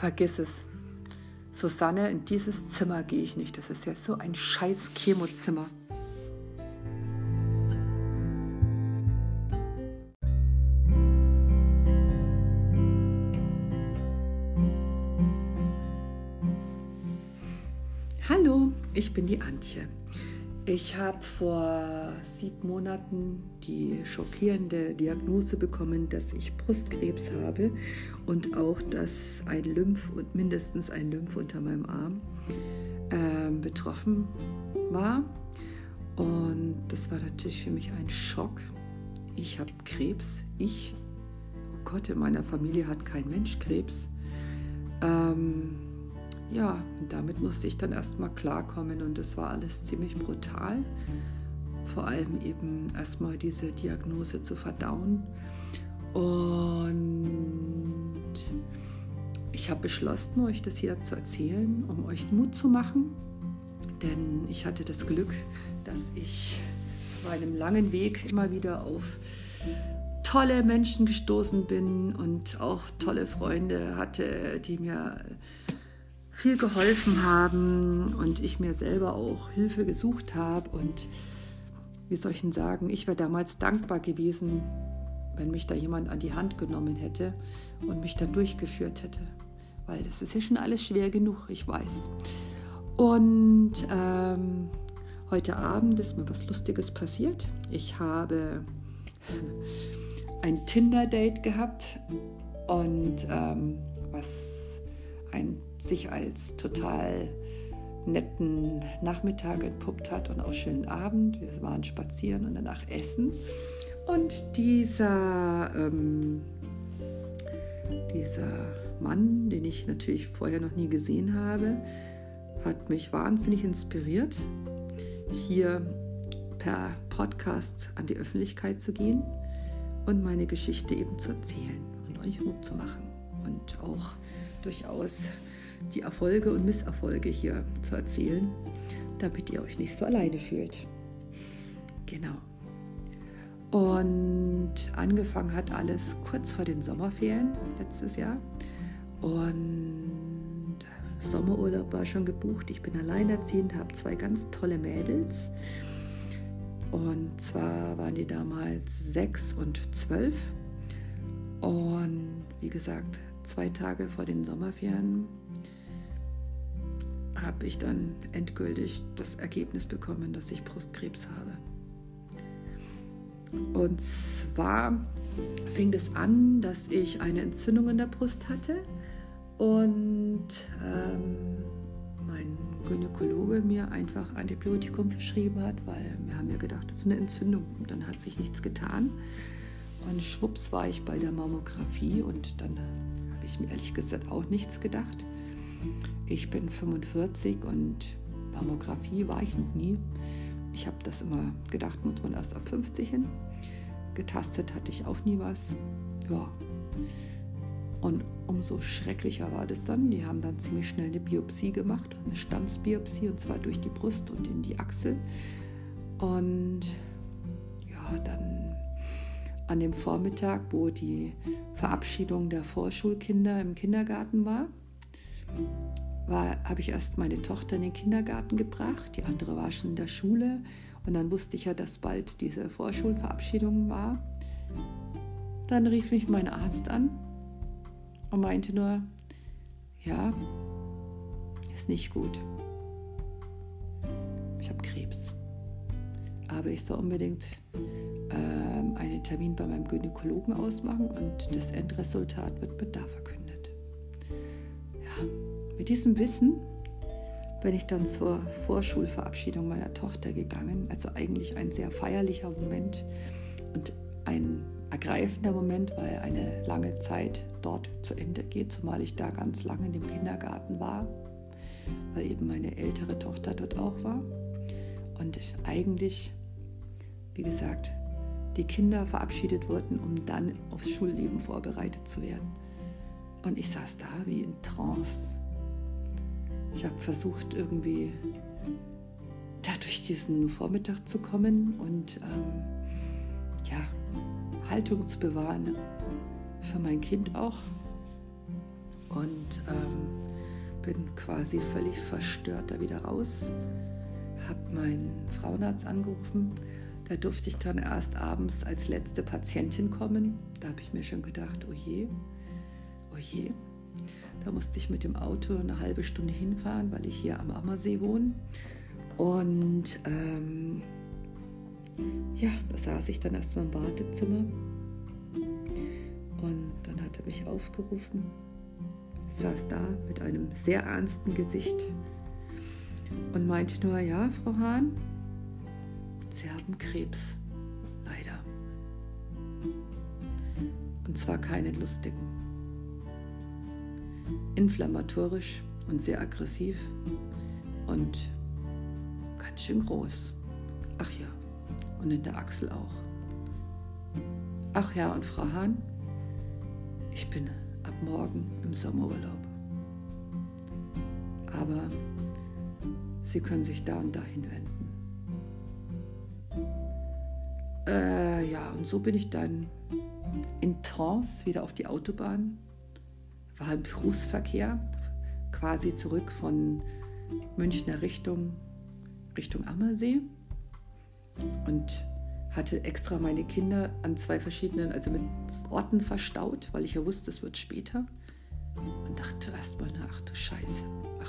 Vergiss es. Susanne, in dieses Zimmer gehe ich nicht. Das ist ja so ein scheiß Chemozimmer. Hallo, ich bin die Antje. Ich habe vor 7 Monaten die schockierende Diagnose bekommen, dass ich Brustkrebs habe und auch, dass mindestens ein Lymph unter meinem Arm betroffen war. Und das war natürlich für mich ein Schock. Ich habe Krebs. Oh Gott, in meiner Familie hat kein Mensch Krebs. Ja, und damit musste ich dann erstmal klarkommen und das war alles ziemlich brutal. Vor allem eben erstmal diese Diagnose zu verdauen. Und ich habe beschlossen, euch das hier zu erzählen, um euch Mut zu machen. Denn ich hatte das Glück, dass ich auf einem langen Weg immer wieder auf tolle Menschen gestoßen bin und auch tolle Freunde hatte, die mir viel geholfen haben und ich mir selber auch Hilfe gesucht habe. Und wie soll ich denn sagen, ich wäre damals dankbar gewesen, wenn mich da jemand an die Hand genommen hätte und mich da durchgeführt hätte. Weil das ist ja schon alles schwer genug, ich weiß. Und heute Abend ist mir was Lustiges passiert. Ich habe ein Tinder-Date gehabt und was sich als total netten Nachmittag entpuppt hat und auch schönen Abend. Wir waren spazieren und danach essen. Und dieser Mann, den ich natürlich vorher noch nie gesehen habe, hat mich wahnsinnig inspiriert, hier per Podcast an die Öffentlichkeit zu gehen und meine Geschichte eben zu erzählen und euch Mut zu machen und auch durchaus die Erfolge und Misserfolge hier zu erzählen, damit ihr euch nicht so alleine fühlt. Genau. Und angefangen hat alles kurz vor den Sommerferien letztes Jahr. Und Sommerurlaub war schon gebucht. Ich bin alleinerziehend, habe 2 ganz tolle Mädels. Und zwar waren die damals 6 und 12. Und wie gesagt, 2 Tage vor den Sommerferien habe ich dann endgültig das Ergebnis bekommen, dass ich Brustkrebs habe. Und zwar fing es an, dass ich eine Entzündung in der Brust hatte und mein Gynäkologe mir einfach Antibiotikum verschrieben hat, weil wir haben ja gedacht, das ist eine Entzündung und dann hat sich nichts getan. Und schwupps war ich bei der Mammographie und dann habe ich mir ehrlich gesagt auch nichts gedacht. Ich bin 45 und Mammographie war ich noch nie. Ich habe das immer gedacht, muss man erst ab 50 hin. Getastet hatte ich auch nie was. Ja. Und umso schrecklicher war das dann. Die haben dann ziemlich schnell eine Biopsie gemacht, eine Stanzbiopsie, und zwar durch die Brust und in die Achsel. Und ja, dann an dem Vormittag, wo die Verabschiedung der Vorschulkinder im Kindergarten war, habe ich erst meine Tochter in den Kindergarten gebracht, die andere war schon in der Schule und dann wusste ich ja, dass bald diese Vorschulverabschiedung war. Dann rief mich mein Arzt an und meinte nur, ja, ist nicht gut. Ich habe Krebs. Aber ich soll unbedingt einen Termin bei meinem Gynäkologen ausmachen und das Endresultat wird mit da verkündet. Ja, mit diesem Wissen bin ich dann zur Vorschulverabschiedung meiner Tochter gegangen. Also eigentlich ein sehr feierlicher Moment und ein ergreifender Moment, weil eine lange Zeit dort zu Ende geht, zumal ich da ganz lange in dem Kindergarten war, weil eben meine ältere Tochter dort auch war. Und eigentlich, wie gesagt, die Kinder verabschiedet wurden, um dann aufs Schulleben vorbereitet zu werden. Und ich saß da wie in Trance. Ich habe versucht, irgendwie da durch diesen Vormittag zu kommen und Haltung zu bewahren für mein Kind auch. und bin quasi völlig verstört da wieder raus. Habe meinen Frauenarzt angerufen. Da durfte ich dann erst abends als letzte Patientin kommen. Da habe ich mir schon gedacht, oh je. Da musste ich mit dem Auto eine halbe Stunde hinfahren, weil ich hier am Ammersee wohne. Und da saß ich dann erstmal im Wartezimmer. Und dann hat er mich aufgerufen. Ich saß da mit einem sehr ernsten Gesicht und meinte nur, ja, Frau Hahn, Sie haben Krebs, leider. Und zwar keinen lustigen. Inflammatorisch und sehr aggressiv und ganz schön groß. Ach ja, und in der Achsel auch. Ach ja, und Frau Hahn, ich bin ab morgen im Sommerurlaub. Aber Sie können sich da und dahin wenden. Und so bin ich dann in Trance wieder auf die Autobahn, war im Berufsverkehr, quasi zurück von Münchner Richtung Ammersee und hatte extra meine Kinder an 2 verschiedenen, also mit Orten verstaut, weil ich ja wusste, es wird später. Und dachte erstmal, ach du Scheiße.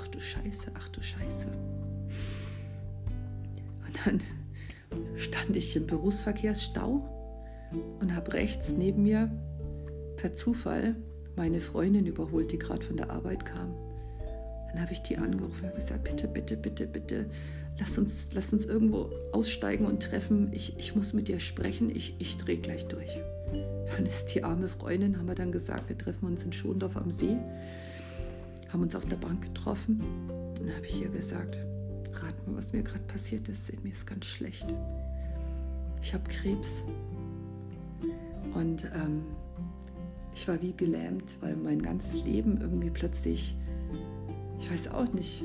Und dann stand ich im Berufsverkehrsstau und habe rechts neben mir per Zufall meine Freundin überholt, die gerade von der Arbeit kam. Dann habe ich die angerufen und habe gesagt, bitte, lass uns irgendwo aussteigen und treffen. Ich muss mit dir sprechen, ich drehe gleich durch. Dann ist die arme Freundin, haben wir dann gesagt, wir treffen uns in Schondorf am See, haben uns auf der Bank getroffen. Und dann habe ich ihr gesagt, rat mal, was mir gerade passiert ist. Mir ist ganz schlecht. Ich habe Krebs. Und ich war wie gelähmt, weil mein ganzes Leben irgendwie plötzlich, ich weiß auch nicht,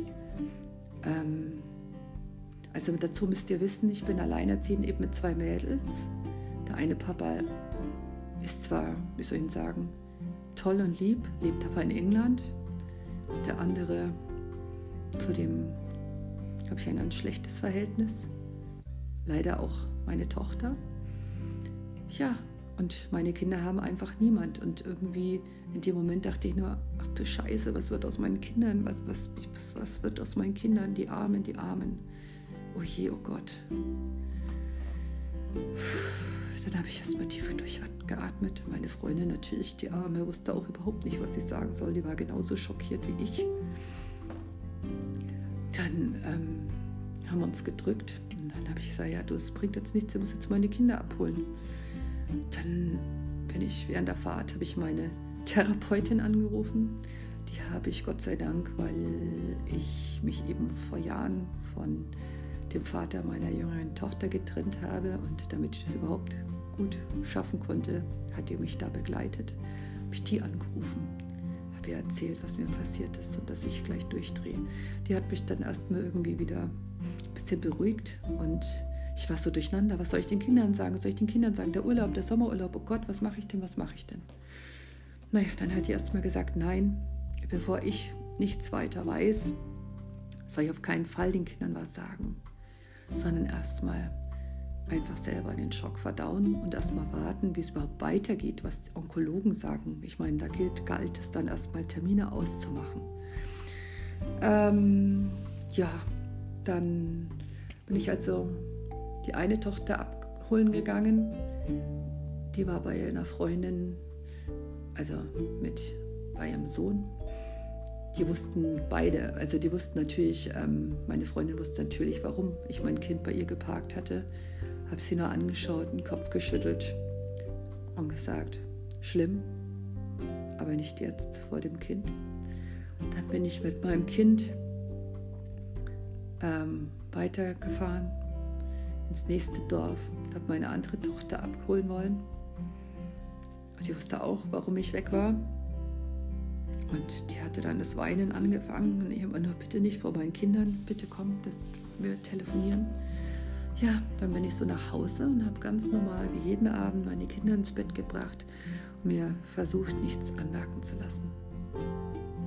also dazu müsst ihr wissen, ich bin alleinerziehend eben mit 2 Mädels. Der eine Papa ist zwar, wie soll ich ihn sagen, toll und lieb, lebt aber in England. Der andere, zu dem habe ich ein ganz schlechtes Verhältnis. Leider auch meine Tochter. Ja, und meine Kinder haben einfach niemand. Und irgendwie in dem Moment dachte ich nur, ach du Scheiße, was wird aus meinen Kindern? Was wird aus meinen Kindern? Die Armen. Oh je, oh Gott. Dann habe ich erstmal tief durchgeatmet. Meine Freundin natürlich, die Arme, wusste auch überhaupt nicht, was sie sagen soll. Die war genauso schockiert wie ich. Dann haben wir uns gedrückt. Und dann habe ich gesagt, ja, es bringt jetzt nichts, ich muss jetzt meine Kinder abholen. Dann bin ich während der Fahrt, habe ich meine Therapeutin angerufen. Die habe ich Gott sei Dank, weil ich mich eben vor Jahren von dem Vater meiner jüngeren Tochter getrennt habe und damit ich das überhaupt gut schaffen konnte, hat die mich da begleitet. Habe ich die angerufen, habe ihr erzählt, was mir passiert ist und dass ich gleich durchdrehe. Die hat mich dann erstmal irgendwie wieder ein bisschen beruhigt und ich war so durcheinander. Was soll ich den Kindern sagen? Der Urlaub, der Sommerurlaub, oh Gott, was mache ich denn? Naja, dann hat die erstmal gesagt, nein, bevor ich nichts weiter weiß, soll ich auf keinen Fall den Kindern was sagen, sondern erstmal einfach selber den Schock verdauen und erstmal warten, wie es überhaupt weitergeht, was die Onkologen sagen. Ich meine, da galt es dann erstmal Termine auszumachen. Dann bin ich also die eine Tochter abholen gegangen. Die war bei einer Freundin, also bei ihrem Sohn. Die wussten beide, also die wussten natürlich, meine Freundin wusste natürlich, warum ich mein Kind bei ihr geparkt hatte. Habe sie nur angeschaut, den Kopf geschüttelt und gesagt, schlimm, aber nicht jetzt vor dem Kind. Dann bin ich mit meinem Kind weitergefahren ins nächste Dorf. Ich habe meine andere Tochter abholen wollen. Und die wusste auch, warum ich weg war. Und die hatte dann das Weinen angefangen. Und ich immer nur, bitte nicht vor meinen Kindern, bitte komm, dass wir telefonieren. Ja, dann bin ich so nach Hause und habe ganz normal wie jeden Abend meine Kinder ins Bett gebracht und mir versucht, nichts anmerken zu lassen.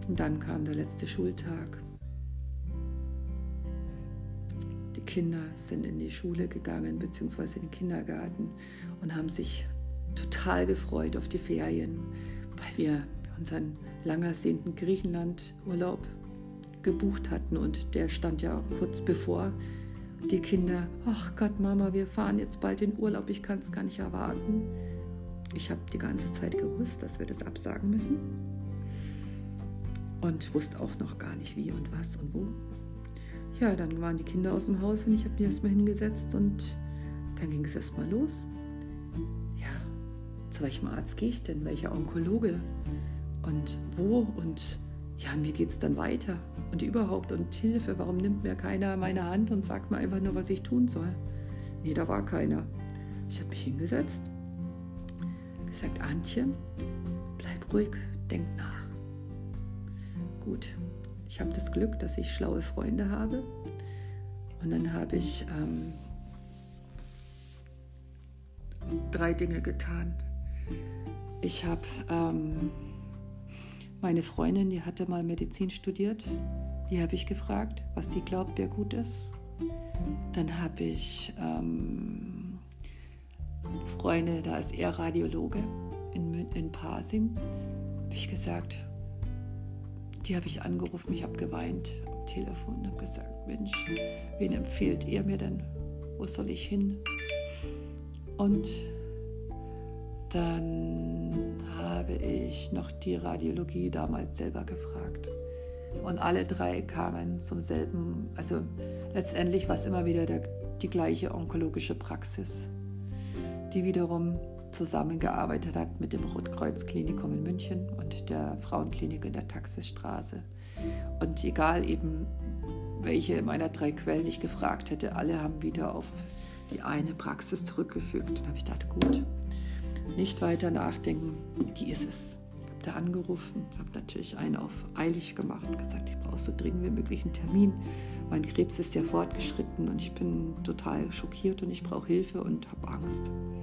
Und dann kam der letzte Schultag. Die Kinder sind in die Schule gegangen, beziehungsweise in den Kindergarten und haben sich total gefreut auf die Ferien, weil wir unseren lang ersehnten Griechenland-Urlaub gebucht hatten und der stand ja kurz bevor. Die Kinder, ach Gott, Mama, wir fahren jetzt bald in Urlaub, ich kann es gar nicht erwarten. Ich habe die ganze Zeit gewusst, dass wir das absagen müssen und wusste auch noch gar nicht wie und was und wo. Ja, dann waren die Kinder aus dem Haus und ich habe mich erstmal hingesetzt und dann ging es erstmal los. Ja, zu welchem Arzt gehe ich denn? Welcher Onkologe? Und wo? Und ja, und wie geht es dann weiter? Und überhaupt und Hilfe, warum nimmt mir keiner meine Hand und sagt mir einfach nur, was ich tun soll? Nee, da war keiner. Ich habe mich hingesetzt, gesagt, Antje, bleib ruhig, denk nach. Gut, ich habe das Glück, dass ich schlaue Freunde habe. Und dann habe ich 3 Dinge getan. Ich habe meine Freundin, die hatte mal Medizin studiert, die habe ich gefragt, was sie glaubt, wer gut ist. Dann habe ich Freunde, da ist er Radiologe in Pasing, habe ich gesagt, die habe ich angerufen, ich habe geweint am Telefon und habe gesagt, Mensch, wen empfiehlt ihr mir denn? Wo soll ich hin? Und dann habe ich noch die Radiologie damals selber gefragt. Und alle 3 kamen zum selben, also letztendlich war es immer wieder die gleiche onkologische Praxis, die wiederum zusammengearbeitet hat mit dem Rotkreuz-Klinikum in München und der Frauenklinik in der Taxisstraße. Und egal eben, welche meiner 3 Quellen ich gefragt hätte, alle haben wieder auf die eine Praxis zurückgefügt. Dann habe ich gedacht, gut, nicht weiter nachdenken, die ist es. Ich habe da angerufen, habe natürlich einen auf eilig gemacht und gesagt, ich brauche so dringend wie möglich einen Termin. Mein Krebs ist ja fortgeschritten und ich bin total schockiert und ich brauche Hilfe und habe Angst.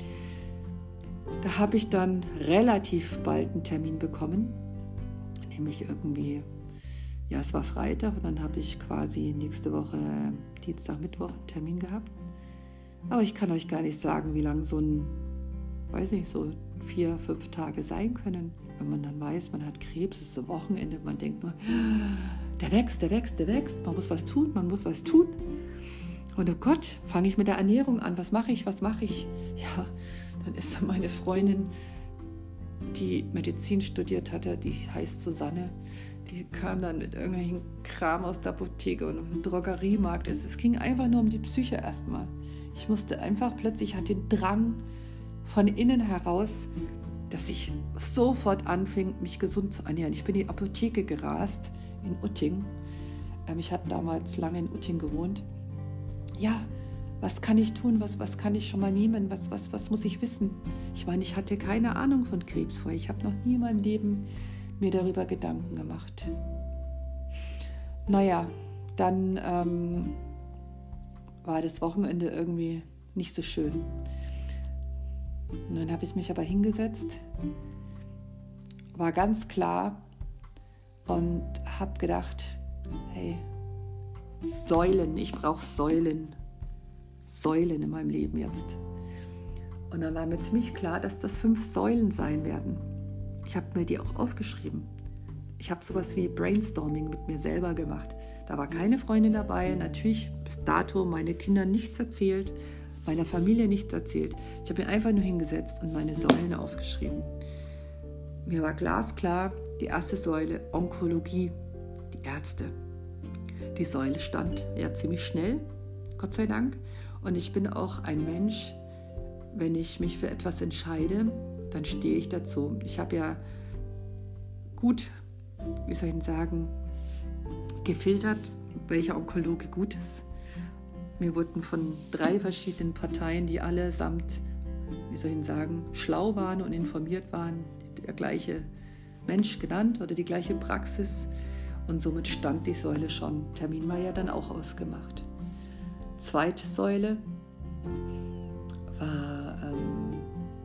Da habe ich dann relativ bald einen Termin bekommen, nämlich irgendwie, ja, es war Freitag und dann habe ich quasi nächste Woche, Dienstag, Mittwoch einen Termin gehabt. Aber ich kann euch gar nicht sagen, wie lang so ein, weiß nicht, so 4, 5 Tage sein können. Wenn man dann weiß, man hat Krebs, es ist so Wochenende, man denkt nur, der wächst, man muss was tun. Und oh Gott, fange ich mit der Ernährung an, was mache ich? Ja, dann ist so meine Freundin, die Medizin studiert hatte, die heißt Susanne, die kam dann mit irgendwelchen Kram aus der Apotheke und im Drogeriemarkt. Es ging einfach nur um die Psyche erstmal. Ich musste einfach plötzlich, ich hatte den Drang von innen heraus, dass ich sofort anfing, mich gesund zu ernähren. Ich bin in die Apotheke gerast in Utting. Ich hatte damals lange in Utting gewohnt. Ja, was kann ich tun? Was kann ich schon mal nehmen? Was muss ich wissen? Ich meine, ich hatte keine Ahnung von Krebs vorher. Ich habe noch nie in meinem Leben mir darüber Gedanken gemacht. Naja, dann war das Wochenende irgendwie nicht so schön. Und dann habe ich mich aber hingesetzt, war ganz klar und habe gedacht, hey, Säulen, ich brauche Säulen in meinem Leben jetzt. Und dann war mir ziemlich klar, dass das 5 Säulen sein werden. Ich habe mir die auch aufgeschrieben. Ich habe sowas wie Brainstorming mit mir selber gemacht. Da war keine Freundin dabei, natürlich bis dato meine Kinder nichts erzählt, meiner Familie nichts erzählt. Ich habe mir einfach nur hingesetzt und meine Säulen aufgeschrieben. Mir war glasklar, die erste Säule, Onkologie, die Ärzte. Die Säule stand ja ziemlich schnell, Gott sei Dank. Und ich bin auch ein Mensch, wenn ich mich für etwas entscheide, dann stehe ich dazu. Ich habe ja gut, wie soll ich denn sagen, gefiltert, welcher Onkologe gut ist. Mir wurden von 3 verschiedenen Parteien, die allesamt, wie soll ich denn sagen, schlau waren und informiert waren, der gleiche Mensch genannt oder die gleiche Praxis. Und somit stand die Säule schon. Termin war ja dann auch ausgemacht. Zweite Säule war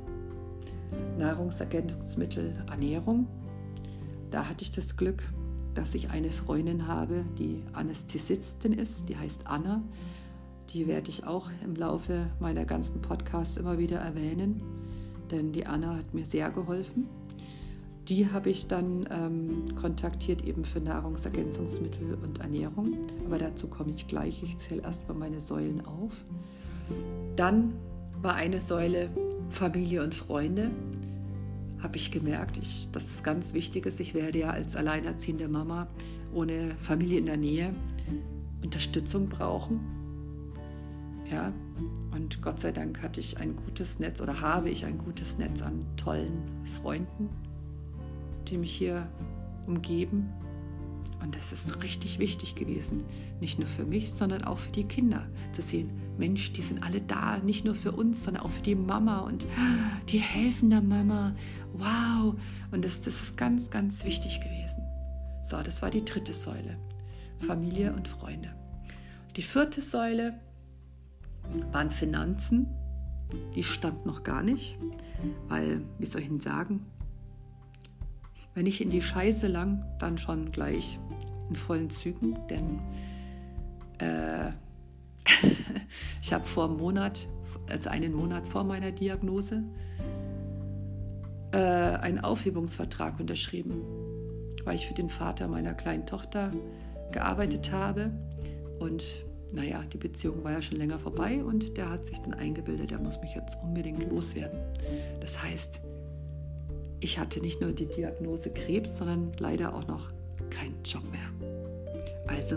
Nahrungsergänzungsmittel, Ernährung. Da hatte ich das Glück, dass ich eine Freundin habe, die Anästhesistin ist, die heißt Anna. Die werde ich auch im Laufe meiner ganzen Podcasts immer wieder erwähnen, denn die Anna hat mir sehr geholfen. Die habe ich dann kontaktiert eben für Nahrungsergänzungsmittel und Ernährung, aber dazu komme ich gleich. Ich zähle erstmal meine Säulen auf. Dann war eine Säule Familie und Freunde. Habe ich gemerkt, dass es ganz wichtig ist. Ich werde ja als alleinerziehende Mama ohne Familie in der Nähe Unterstützung brauchen. Ja, und Gott sei Dank hatte ich ein gutes Netz oder habe ich ein gutes Netz an tollen Freunden, die mich hier umgeben. Und das ist richtig wichtig gewesen. Nicht nur für mich, sondern auch für die Kinder. Zu sehen, Mensch, die sind alle da, nicht nur für uns, sondern auch für die Mama und die helfen der Mama. Wow! Und das ist ganz, ganz wichtig gewesen. So, das war die dritte Säule. Familie und Freunde. Die vierte Säule waren Finanzen. Die stand noch gar nicht, weil, wie soll ich Ihnen sagen, wenn ich in die Scheiße lang, dann schon gleich in vollen Zügen, denn ich habe einen Monat vor meiner Diagnose, einen Aufhebungsvertrag unterschrieben, weil ich für den Vater meiner kleinen Tochter gearbeitet habe und naja, die Beziehung war ja schon länger vorbei und der hat sich dann eingebildet, der muss mich jetzt unbedingt loswerden. Das heißt, ich hatte nicht nur die Diagnose Krebs, sondern leider auch noch keinen Job mehr. Also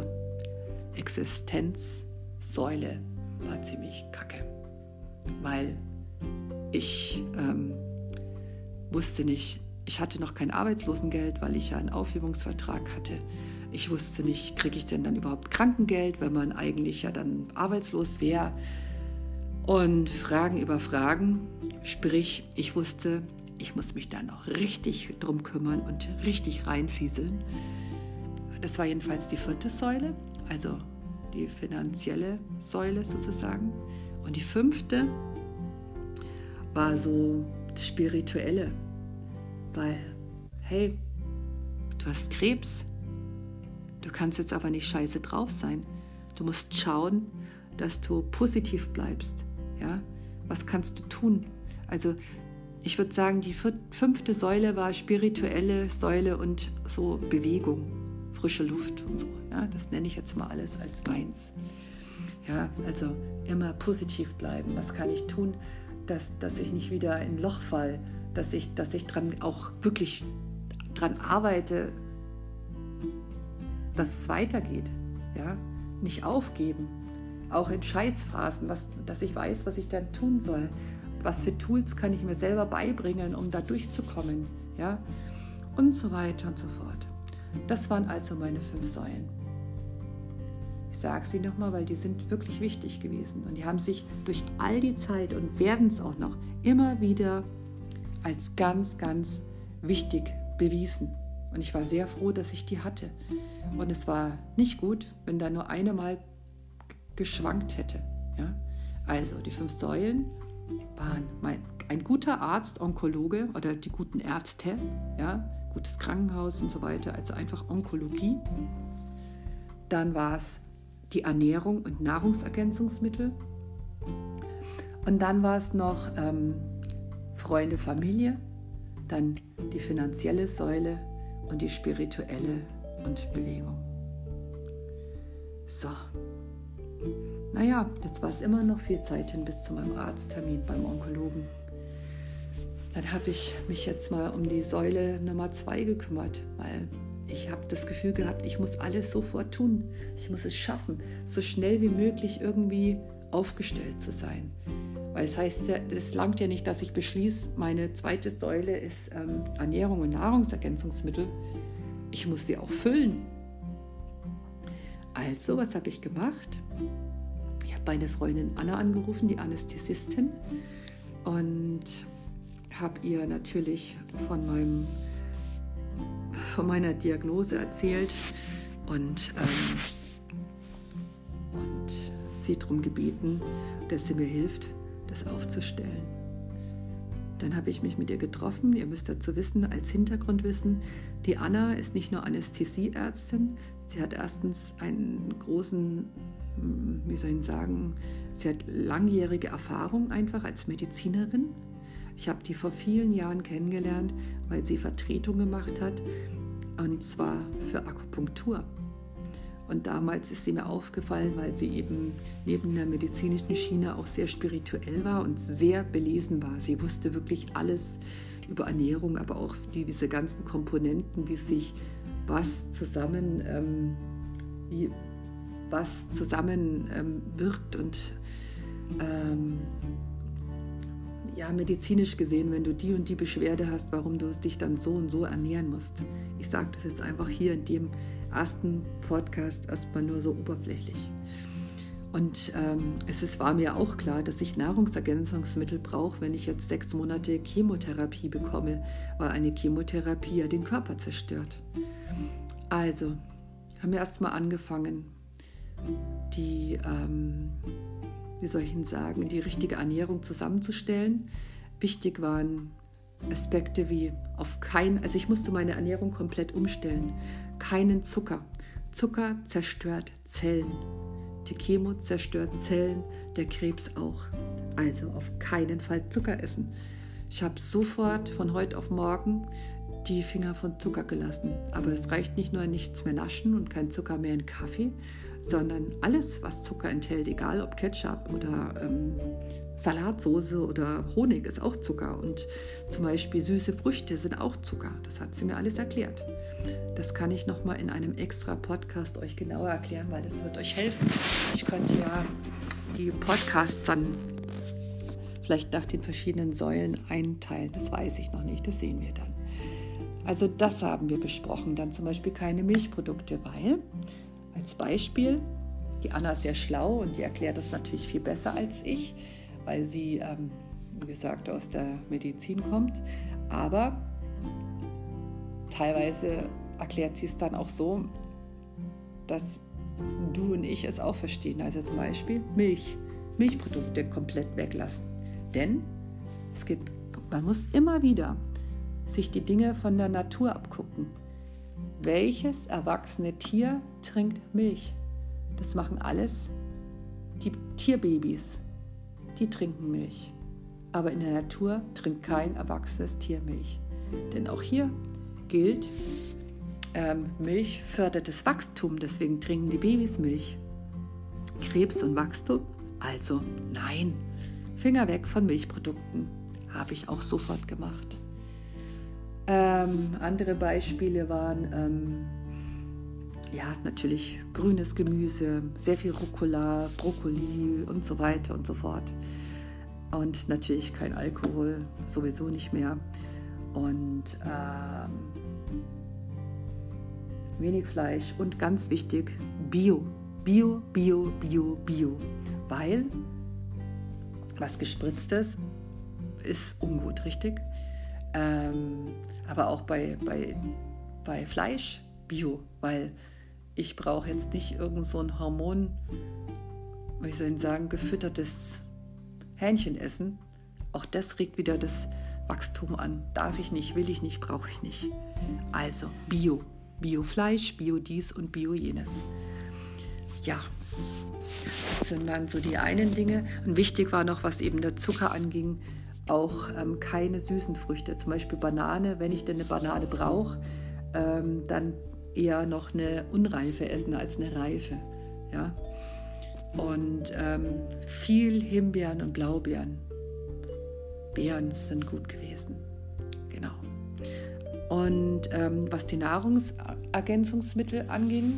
Existenzsäule war ziemlich kacke, weil ich wusste nicht, ich hatte noch kein Arbeitslosengeld, weil ich ja einen Aufhebungsvertrag hatte. Ich wusste nicht, kriege ich denn dann überhaupt Krankengeld, wenn man eigentlich ja dann arbeitslos wäre? Und Fragen über Fragen, sprich, ich wusste, ich muss mich da noch richtig drum kümmern und richtig reinfieseln. Das war jedenfalls die vierte Säule, also die finanzielle Säule sozusagen. Und die fünfte war so das Spirituelle, weil, hey, du hast Krebs, du kannst jetzt aber nicht scheiße drauf sein. Du musst schauen, dass du positiv bleibst. Ja? Was kannst du tun? Also ich würde sagen, die fünfte Säule war spirituelle Säule und so Bewegung, frische Luft und so. Ja? Das nenne ich jetzt mal alles als eins. Ja, also immer positiv bleiben. Was kann ich tun, dass ich nicht wieder in ein Loch falle, dass ich dran auch wirklich dran arbeite, dass es weitergeht, ja, nicht aufgeben, auch in Scheißphasen, dass ich weiß, was ich dann tun soll, was für Tools kann ich mir selber beibringen, um da durchzukommen, ja, und so weiter und so fort. Das waren also meine 5 Säulen. Ich sage sie nochmal, weil die sind wirklich wichtig gewesen und die haben sich durch all die Zeit und werden es auch noch immer wieder als ganz, ganz wichtig bewiesen. Und ich war sehr froh, dass ich die hatte. Und es war nicht gut, wenn da nur eine mal geschwankt hätte. Ja? Also die 5 Säulen waren ein guter Arzt, Onkologe oder die guten Ärzte, ja? Gutes Krankenhaus und so weiter, also einfach Onkologie. Dann war es die Ernährung und Nahrungsergänzungsmittel. Und dann war es noch Freunde, Familie, dann die finanzielle Säule und die spirituelle und Bewegung. So, naja, jetzt war es immer noch viel Zeit hin bis zu meinem Arzttermin beim Onkologen. Dann habe ich mich jetzt mal um die Säule Nummer 2 gekümmert, weil ich habe das Gefühl gehabt, ich muss alles sofort tun. Ich muss es schaffen, so schnell wie möglich irgendwie aufgestellt zu sein. Weil es heißt, es langt ja nicht, dass ich beschließe, meine zweite Säule ist Ernährung und Nahrungsergänzungsmittel. Ich muss sie auch füllen. Also, was habe ich gemacht? Ich habe meine Freundin Anna angerufen, die Anästhesistin, und habe ihr natürlich von meiner Diagnose erzählt und sie darum gebeten, dass sie mir hilft, das aufzustellen. Dann habe ich mich mit ihr getroffen. Ihr müsst dazu wissen, als Hintergrundwissen, die Anna ist nicht nur Anästhesieärztin, sie hat erstens einen großen, wie soll ich sagen, sie hat langjährige Erfahrung einfach als Medizinerin. Ich habe die vor vielen Jahren kennengelernt, weil sie Vertretung gemacht hat, und zwar für Akupunktur. Und damals ist sie mir aufgefallen, weil sie eben neben der medizinischen Schiene auch sehr spirituell war und sehr belesen war. Sie wusste wirklich alles über Ernährung, aber auch diese ganzen Komponenten, wie sich was zusammen wirkt und medizinisch gesehen, wenn du die und die Beschwerde hast, warum du dich dann so und so ernähren musst. Ich sage das jetzt einfach hier in dem ersten Podcast erstmal nur so oberflächlich. Und war mir auch klar, dass ich Nahrungsergänzungsmittel brauche, wenn ich jetzt 6 Monate Chemotherapie bekomme, weil eine Chemotherapie ja den Körper zerstört. Also haben wir erstmal angefangen, die richtige Ernährung zusammenzustellen. Wichtig waren Aspekte wie ich musste meine Ernährung komplett umstellen. Keinen Zucker. Zucker zerstört Zellen. Die Chemo zerstört Zellen, der Krebs auch. Also auf keinen Fall Zucker essen. Ich habe sofort von heute auf morgen die Finger von Zucker gelassen. Aber es reicht nicht nur nichts mehr naschen und kein Zucker mehr in Kaffee, sondern alles, was Zucker enthält, egal ob Ketchup oder Salatsauce oder Honig, ist auch Zucker. Und zum Beispiel süße Früchte sind auch Zucker. Das hat sie mir alles erklärt. Das kann ich nochmal in einem extra Podcast euch genauer erklären, weil das wird euch helfen. Ich könnte ja die Podcasts dann vielleicht nach den verschiedenen Säulen einteilen. Das weiß ich noch nicht, das sehen wir dann. Also das haben wir besprochen. Dann zum Beispiel keine Milchprodukte, weil, als Beispiel, die Anna ist sehr schlau und die erklärt das natürlich viel besser als ich, weil sie, wie gesagt, aus der Medizin kommt. Aber teilweise erklärt sie es dann auch so, dass du und ich es auch verstehen. Also zum Beispiel Milchprodukte komplett weglassen. Denn man muss immer wieder sich die Dinge von der Natur abgucken. Welches erwachsene Tier trinkt Milch? Das machen alles die Tierbabys. Die trinken Milch. Aber in der Natur trinkt kein erwachsenes Tier Milch. Denn auch hier gilt, Milch fördert das Wachstum, deswegen trinken die Babys Milch. Krebs und Wachstum? Also nein, Finger weg von Milchprodukten. Habe ich auch sofort gemacht. Andere Beispiele waren, natürlich grünes Gemüse, sehr viel Rucola, Brokkoli und so weiter und so fort. Und natürlich kein Alkohol, sowieso nicht mehr. Und wenig Fleisch und ganz wichtig, Bio. Bio, Bio, Bio, Bio. Weil was Gespritztes ist ungut, richtig? Aber auch bei Fleisch Bio, weil ich brauche jetzt nicht irgend so ein Hormon, gefüttertes Hähnchen essen. Auch das regt wieder das Wachstum an. Darf ich nicht, will ich nicht, brauche ich nicht. Also Bio. Bio-Fleisch, Bio dies und Bio jenes. Ja, das sind dann so die einen Dinge. Und wichtig war noch, was eben der Zucker anging, auch keine süßen Früchte. Zum Beispiel Banane, wenn ich denn eine Banane brauche, dann eher noch eine unreife essen als eine reife. Ja? Und viel Himbeeren und Blaubeeren. Beeren sind gut gewesen. Genau. Und was die Nahrungsergänzungsmittel anging,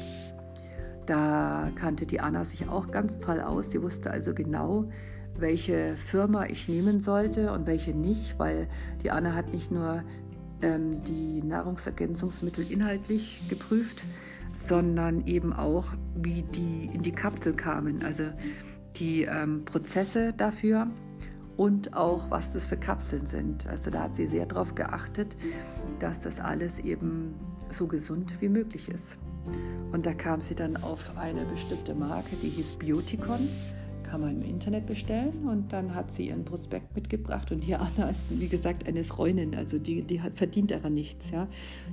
da kannte die Anna sich auch ganz toll aus. Sie wusste also genau, welche Firma ich nehmen sollte und welche nicht, weil die Anna hat nicht nur die Nahrungsergänzungsmittel inhaltlich geprüft, sondern eben auch, wie die in die Kapsel kamen, also die Prozesse dafür und auch, was das für Kapseln sind. Also da hat sie sehr darauf geachtet, dass das alles eben so gesund wie möglich ist. Und da kam sie dann auf eine bestimmte Marke, die hieß Bioticon. kann man im Internet bestellen und dann hat sie ihren Prospekt mitgebracht und die Anna ist, wie gesagt, eine Freundin, also die verdient daran nichts, ja.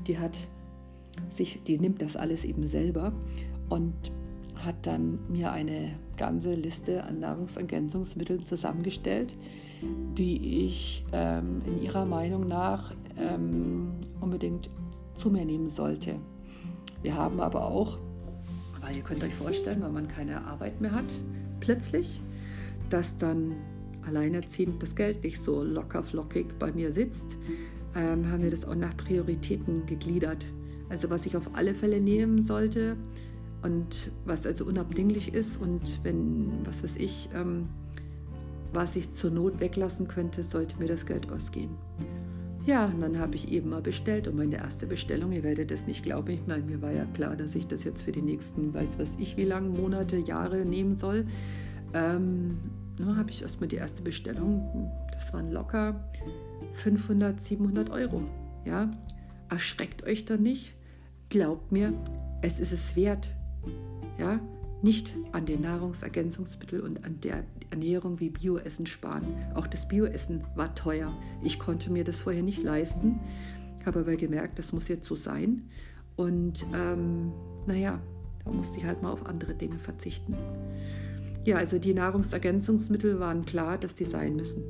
Die nimmt das alles eben selber und hat dann mir eine ganze Liste an Nahrungsergänzungsmitteln zusammengestellt, die ich in ihrer Meinung nach unbedingt zu mir nehmen sollte. Wir haben aber auch, weil ihr könnt euch vorstellen, wenn man keine Arbeit mehr hat, plötzlich, dass dann alleinerziehend das Geld nicht so locker flockig bei mir sitzt, haben wir das auch nach Prioritäten gegliedert. Also was ich auf alle Fälle nehmen sollte und was also unabdinglich ist und wenn, was weiß ich, was ich zur Not weglassen könnte, sollte mir das Geld ausgehen. Ja, und dann habe ich eben mal bestellt und meine erste Bestellung, ihr werdet es nicht glauben, ich meine, mir war ja klar, dass ich das jetzt für die nächsten, weiß was ich wie lange, Monate, Jahre nehmen soll. Dann habe ich erstmal die erste Bestellung, das waren locker 500, 700 Euro. Ja, erschreckt euch dann nicht, glaubt mir, es ist es wert. Ja, nicht an den Nahrungsergänzungsmitteln und an der Ernährung wie Bioessen sparen. Auch das Bioessen war teuer. Ich konnte mir das vorher nicht leisten, habe aber gemerkt, das muss jetzt so sein. Und da musste ich halt mal auf andere Dinge verzichten. Ja, also die Nahrungsergänzungsmittel waren klar, dass die sein müssen.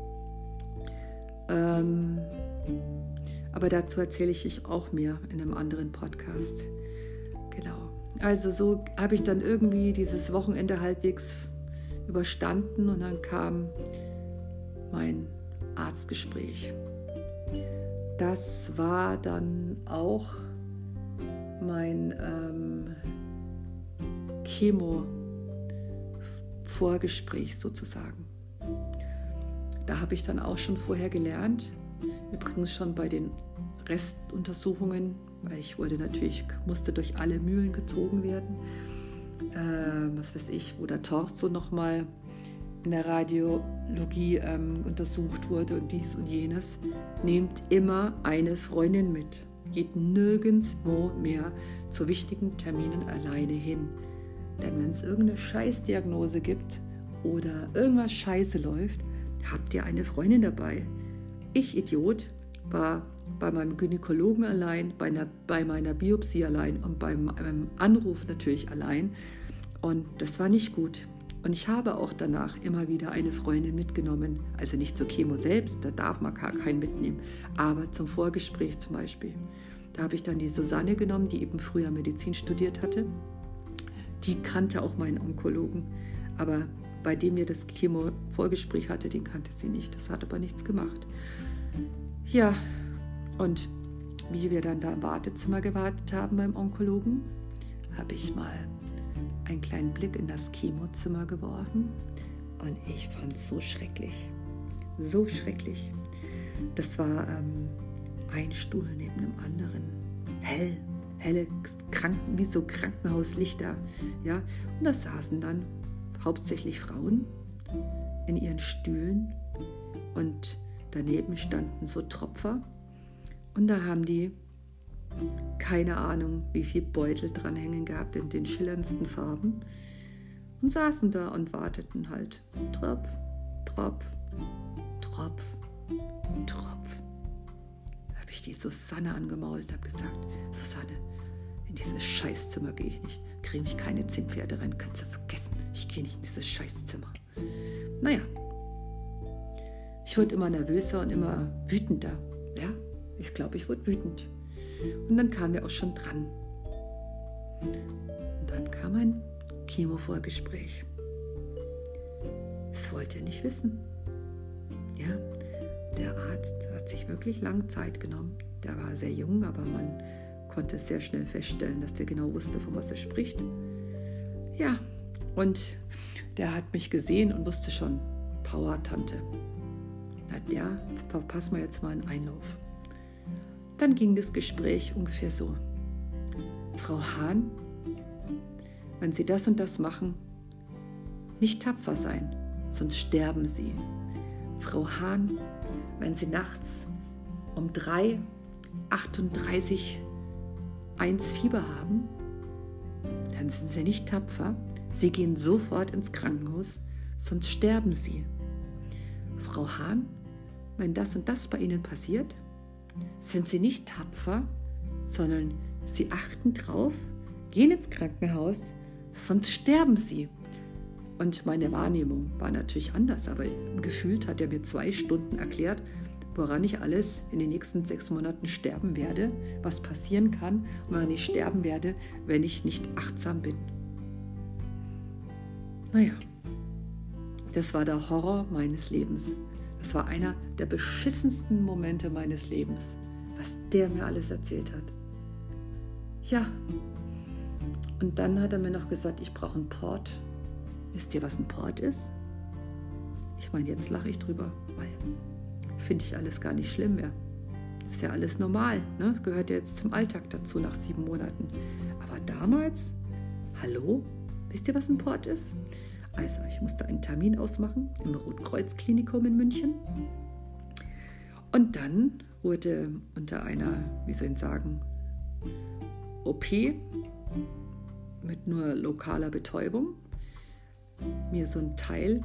Aber dazu erzähle ich euch auch mehr in einem anderen Podcast. Genau. Also so habe ich dann irgendwie dieses Wochenende halbwegs überstanden und dann kam mein Arztgespräch. Das war dann auch mein Chemo-Vorgespräch sozusagen. Da habe ich dann auch schon vorher gelernt, übrigens schon bei den Restuntersuchungen, weil ich musste durch alle Mühlen gezogen werden, was weiß ich, wo der Torso nochmal in der Radiologie untersucht wurde und dies und jenes. Nehmt immer eine Freundin mit. Geht nirgendwo mehr zu wichtigen Terminen alleine hin. Denn wenn es irgendeine Scheißdiagnose gibt oder irgendwas scheiße läuft, habt ihr eine Freundin dabei. Ich, Idiot, war bei meinem Gynäkologen allein, bei meiner Biopsie allein und beim Anruf natürlich allein. Und das war nicht gut. Und ich habe auch danach immer wieder eine Freundin mitgenommen. Also nicht zur Chemo selbst, da darf man gar keinen mitnehmen. Aber zum Vorgespräch zum Beispiel. Da habe ich dann die Susanne genommen, die eben früher Medizin studiert hatte. Die kannte auch meinen Onkologen. Aber bei dem wir das Chemo-Vorgespräch hatte, den kannte sie nicht. Das hat aber nichts gemacht. Ja, und wie wir dann da im Wartezimmer gewartet haben beim Onkologen, habe ich mal einen kleinen Blick in das Chemozimmer geworfen und ich fand es so schrecklich. So schrecklich. Das war ein Stuhl neben dem anderen. Helle wie so Krankenhauslichter. Ja? Und da saßen dann hauptsächlich Frauen in ihren Stühlen und daneben standen so Tropfer und da haben die keine Ahnung, wie viel Beutel dranhängen gehabt in den schillerndsten Farben und saßen da und warteten halt. Tropf, Tropf, Tropf, Tropf. Da habe ich die Susanne angemault und habe gesagt, Susanne, in dieses Scheißzimmer gehe ich nicht. Kriege ich keine Zimtpferde rein, kannst du vergessen. Ich gehe nicht in dieses Scheißzimmer. Naja, ich wurde immer nervöser und immer wütender. Ja, ich glaube, ich wurde wütend. Und dann kamen wir auch schon dran. Und dann kam ein Chemo-Vorgespräch. Das wollte er nicht wissen. Ja, der Arzt hat sich wirklich lange Zeit genommen. Der war sehr jung, aber man konnte sehr schnell feststellen, dass der genau wusste, von was er spricht. Ja, und der hat mich gesehen und wusste schon, Power-Tante. Na ja, verpassen wir jetzt mal einen Einlauf. Dann ging das Gespräch ungefähr so. Frau Hahn, wenn Sie das und das machen, nicht tapfer sein, sonst sterben Sie. Frau Hahn, wenn Sie nachts um 3:38 1 Fieber haben, dann sind Sie nicht tapfer. Sie gehen sofort ins Krankenhaus sonst sterben Sie. Frau Hahn, wenn das und das bei Ihnen passiert, sind Sie nicht tapfer, sondern Sie achten drauf, gehen ins Krankenhaus, sonst sterben Sie. Und meine Wahrnehmung war natürlich anders, aber gefühlt hat er mir 2 Stunden erklärt, woran ich alles in den nächsten 6 Monaten sterben werde, was passieren kann und woran ich sterben werde, wenn ich nicht achtsam bin. Naja, das war der Horror meines Lebens. Das war einer der beschissensten Momente meines Lebens, was der mir alles erzählt hat. Ja, und dann hat er mir noch gesagt, ich brauche einen Port. Wisst ihr, was ein Port ist? Ich meine, jetzt lache ich drüber, weil finde ich alles gar nicht schlimm mehr. Ist ja alles normal, ne? Gehört ja jetzt zum Alltag dazu nach 7 Monaten. Aber damals, hallo, wisst ihr, was ein Port ist? Also, ich musste einen Termin ausmachen im Rotkreuz-Klinikum in München. Und dann wurde unter einer, wie soll ich sagen, OP mit nur lokaler Betäubung mir so ein Teil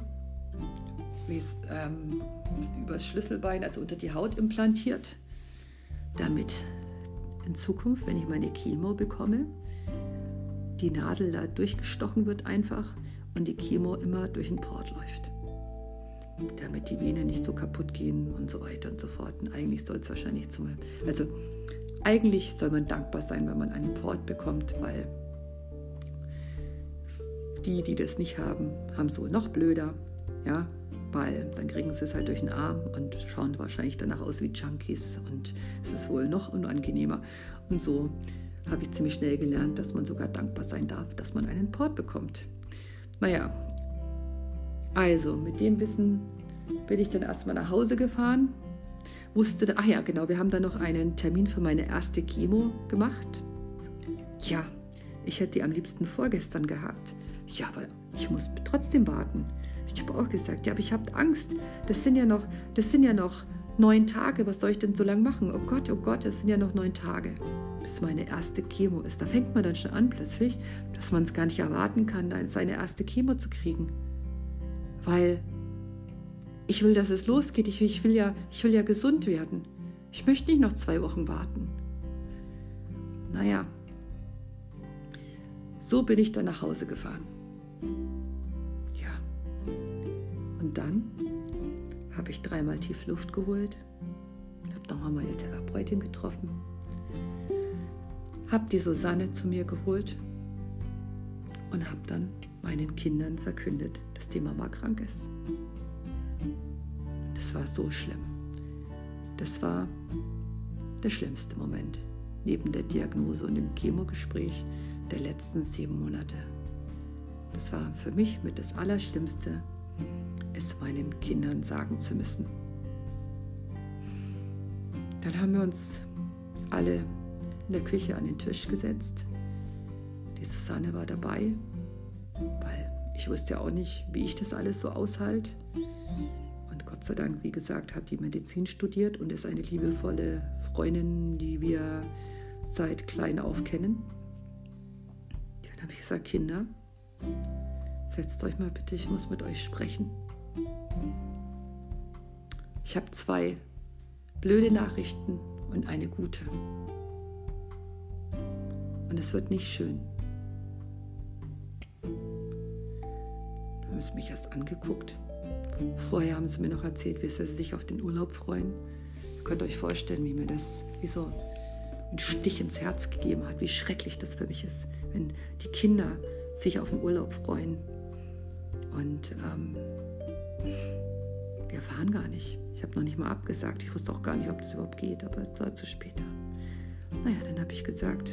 übers Schlüsselbein, also unter die Haut implantiert, damit in Zukunft, wenn ich meine Chemo bekomme, die Nadel da durchgestochen wird einfach und die Chemo immer durch den Port läuft. Damit die Venen nicht so kaputt gehen und so weiter und so fort. Und eigentlich soll es wahrscheinlich eigentlich soll man dankbar sein, wenn man einen Port bekommt, weil die das nicht haben, haben so noch blöder, ja, weil dann kriegen sie es halt durch den Arm und schauen wahrscheinlich danach aus wie Junkies und es ist wohl noch unangenehmer. Und so habe ich ziemlich schnell gelernt, dass man sogar dankbar sein darf, dass man einen Port bekommt. Naja, also mit dem Wissen bin ich dann erstmal nach Hause gefahren, ach ja, genau, wir haben dann noch einen Termin für meine erste Chemo gemacht. Ja, ich hätte die am liebsten vorgestern gehabt. Ja, aber ich muss trotzdem warten. Ich habe auch gesagt, ja, aber ich habe Angst. Das sind ja noch 9 Tage. Was soll ich denn so lange machen? Oh Gott, es sind ja noch 9 Tage, bis meine erste Chemo ist. Da fängt man dann schon an plötzlich, dass man es gar nicht erwarten kann, seine erste Chemo zu kriegen. Weil ich will, dass es losgeht. Ich will ja gesund werden. Ich möchte nicht noch 2 Wochen warten. Naja, so bin ich dann nach Hause gefahren. Ja. Und dann habe ich 3-mal tief Luft geholt, habe nochmal meine Therapeutin getroffen, habe die Susanne zu mir geholt und habe dann meinen Kindern verkündet, dass die Mama krank ist. Das war so schlimm. Das war der schlimmste Moment neben der Diagnose und dem Chemogespräch der letzten 7 Monate. Das war für mich mit das Allerschlimmste, es meinen Kindern sagen zu müssen. Dann haben wir uns alle in der Küche an den Tisch gesetzt. Die Susanne war dabei, weil ich wusste ja auch nicht, wie ich das alles so aushalte. Und Gott sei Dank, wie gesagt, hat die Medizin studiert und ist eine liebevolle Freundin, die wir seit klein auf kennen. Dann habe ich gesagt, Kinder, setzt euch mal bitte, ich muss mit euch sprechen. Ich habe 2 blöde Nachrichten und eine gute. Und es wird nicht schön. Dann haben sie mich erst angeguckt. Vorher haben sie mir noch erzählt, wie sie sich auf den Urlaub freuen. Ihr könnt euch vorstellen, wie mir das wie so einen Stich ins Herz gegeben hat, wie schrecklich das für mich ist, wenn die Kinder sich auf den Urlaub freuen. Und wir fahren gar nicht. Ich habe noch nicht mal abgesagt. Ich wusste auch gar nicht, ob das überhaupt geht, aber dazu später. Naja, dann habe ich gesagt,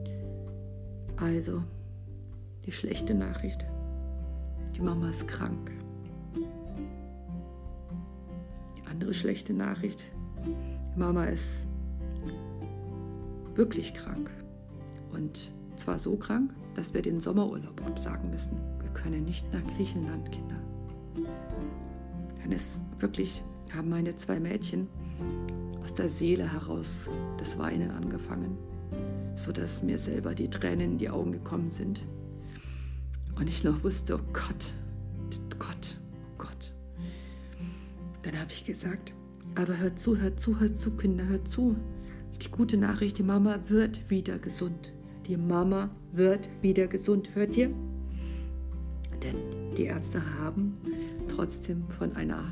also, die schlechte Nachricht, die Mama ist krank. Die andere schlechte Nachricht, die Mama ist wirklich krank. Und zwar so krank, dass wir den Sommerurlaub absagen müssen. Wir können nicht nach Griechenland, Kinder. Dann ist wirklich, haben meine 2 Mädchen aus der Seele heraus das Weinen angefangen, sodass mir selber die Tränen in die Augen gekommen sind. Und ich noch wusste, oh Gott, Dann habe ich gesagt, aber hört zu, Kinder, hört zu. Die gute Nachricht, die Mama wird wieder gesund. Die Mama wird wieder gesund, hört ihr? Denn die Ärzte haben trotzdem von einer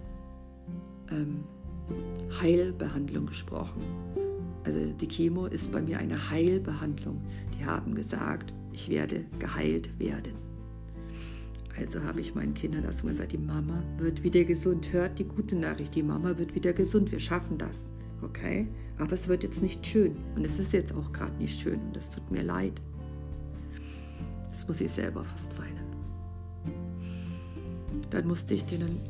Heilbehandlung gesprochen. Also die Chemo ist bei mir eine Heilbehandlung. Die haben gesagt, ich werde geheilt werden. Also habe ich meinen Kindern das gesagt, die Mama wird wieder gesund. Hört die gute Nachricht, die Mama wird wieder gesund. Wir schaffen das, okay? Aber es wird jetzt nicht schön. Und es ist jetzt auch gerade nicht schön. Und es tut mir leid. Das muss ich selber fast weinen. Dann musste ich denen...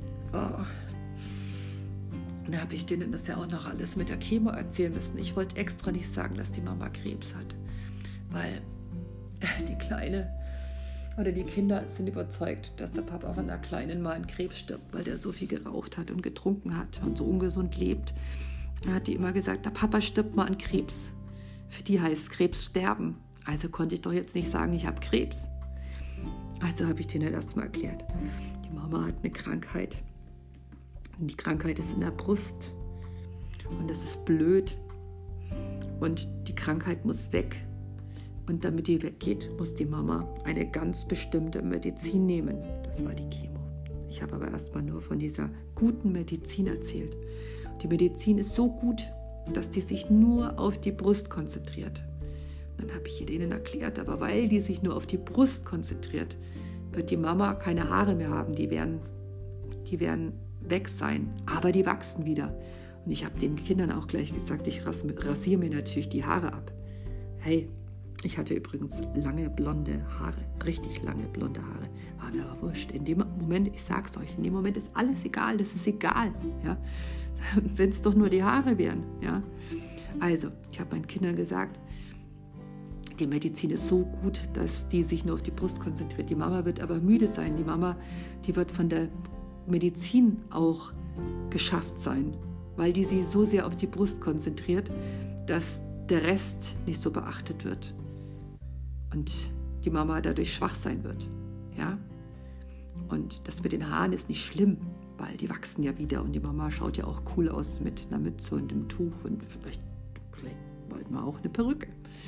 Dann habe ich denen das ja auch noch alles mit der Chemo erzählen müssen. Ich wollte extra nicht sagen, dass die Mama Krebs hat. Weil die Kleine... Oder die Kinder sind überzeugt, dass der Papa von der Kleinen mal an Krebs stirbt, weil der so viel geraucht hat und getrunken hat und so ungesund lebt. Da hat die immer gesagt, der Papa stirbt mal an Krebs. Für die heißt Krebs sterben. Also konnte ich doch jetzt nicht sagen, ich habe Krebs. Also habe ich denen das mal erklärt. Die Mama hat eine Krankheit. Und die Krankheit ist in der Brust. Und das ist blöd. Und die Krankheit muss weg. Und damit die weggeht, muss die Mama eine ganz bestimmte Medizin nehmen. Das war die Chemo. Ich habe aber erstmal nur von dieser guten Medizin erzählt. Die Medizin ist so gut, dass die sich nur auf die Brust konzentriert. Dann habe ich denen erklärt, aber weil die sich nur auf die Brust konzentriert, wird die Mama keine Haare mehr haben. Die werden weg sein, aber die wachsen wieder. Und ich habe den Kindern auch gleich gesagt, ich rasiere mir natürlich die Haare ab. Hey, ich hatte übrigens lange blonde Haare, richtig lange blonde Haare. War mir aber wurscht. In dem Moment, ich sag's euch, in dem Moment ist alles egal, das ist egal. Ja? Wenn es doch nur die Haare wären. Ja? Also, ich habe meinen Kindern gesagt, die Medizin ist so gut, dass die sich nur auf die Brust konzentriert. Die Mama wird aber müde sein. Die Mama, die wird von der Medizin auch geschafft sein, weil die sich so sehr auf die Brust konzentriert, dass der Rest nicht so beachtet wird. Und die Mama dadurch schwach sein wird. Ja? Und das mit den Haaren ist nicht schlimm, weil die wachsen ja wieder und die Mama schaut ja auch cool aus mit einer Mütze und einem Tuch und vielleicht wollten wir auch eine Perücke.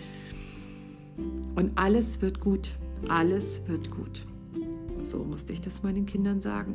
Und alles wird gut, alles wird gut. So musste ich das meinen Kindern sagen.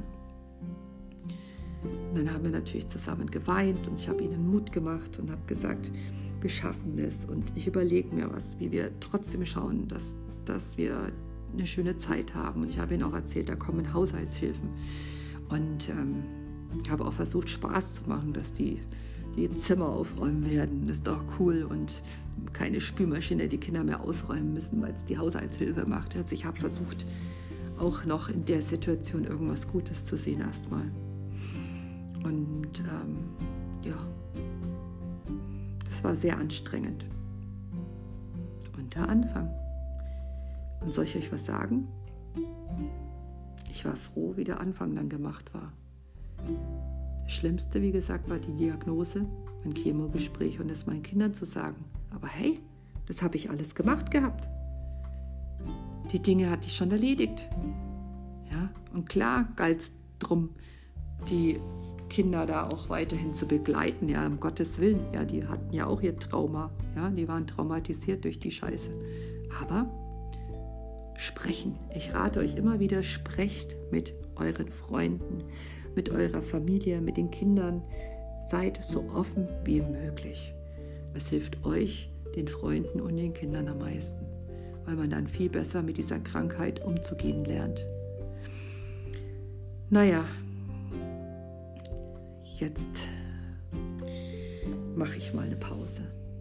Und dann haben wir natürlich zusammen geweint und ich habe ihnen Mut gemacht und habe gesagt, wir schaffen es und ich überlege mir was, wie wir trotzdem schauen, dass wir eine schöne Zeit haben. Und ich habe ihnen auch erzählt, da kommen Haushaltshilfen. Und ich habe auch versucht, Spaß zu machen, dass die Zimmer aufräumen werden. Das ist doch cool und keine Spülmaschine die Kinder mehr ausräumen müssen, weil es die Haushaltshilfe macht. Also ich habe versucht, auch noch in der Situation irgendwas Gutes zu sehen erstmal. Und ja, das war sehr anstrengend. Und der Anfang. Und soll ich euch was sagen? Ich war froh, wie der Anfang dann gemacht war. Das Schlimmste, wie gesagt, war die Diagnose, ein Chemogespräch und das meinen Kindern zu sagen. Aber hey, das habe ich alles gemacht gehabt. Die Dinge hatte ich schon erledigt. Ja? Und klar galt es darum, die Kinder da auch weiterhin zu begleiten, ja, um Gottes Willen. Ja, die hatten ja auch ihr Trauma. Ja, die waren traumatisiert durch die Scheiße. Aber sprechen. Ich rate euch immer wieder, sprecht mit euren Freunden, mit eurer Familie, mit den Kindern. Seid so offen wie möglich. Es hilft euch, den Freunden und den Kindern am meisten, weil man dann viel besser mit dieser Krankheit umzugehen lernt. Naja, jetzt mache ich mal eine Pause.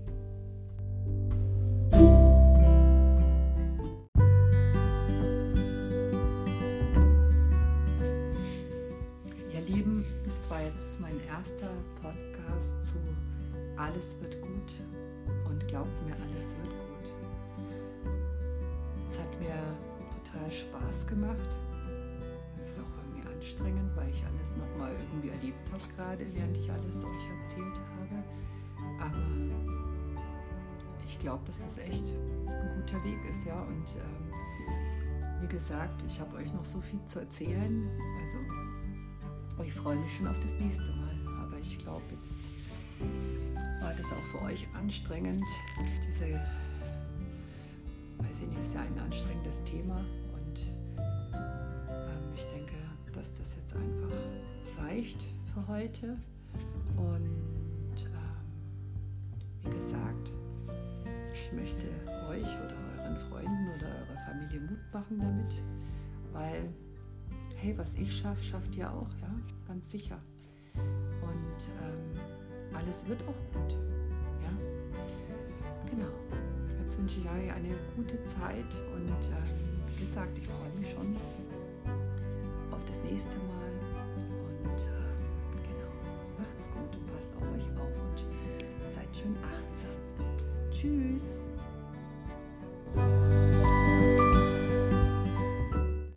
Ihr Lieben, das war jetzt mein erster Podcast zu Alles wird gut und glaubt mir, alles wird gut. Es hat mir total Spaß gemacht. Es ist auch irgendwie anstrengend, weil ich alles nochmal irgendwie erlebt habe gerade, während ich alles euch erzählt habe. Aber ich glaube, dass das echt ein guter Weg ist, ja. Und wie gesagt, ich habe euch noch so viel zu erzählen. Also Ich freue mich schon auf das nächste Mal. Aber ich glaube, jetzt war das auch für euch anstrengend. Diese, weiß ich nicht, ist ja ein anstrengendes Thema. Und ich denke, dass das jetzt einfach reicht für heute. Und wie gesagt, ich möchte euch oder euren Freunden oder eurer Familie Mut machen damit, weil, hey, was ich schaffe, schafft ihr auch, ja, ganz sicher. Und alles wird auch gut, ja. Genau. Jetzt wünsche ich euch eine gute Zeit und wie gesagt, ich freue mich schon auf das nächste Mal. Und genau, macht's gut und passt auf euch auf und seid schön achtsam. Tschüss.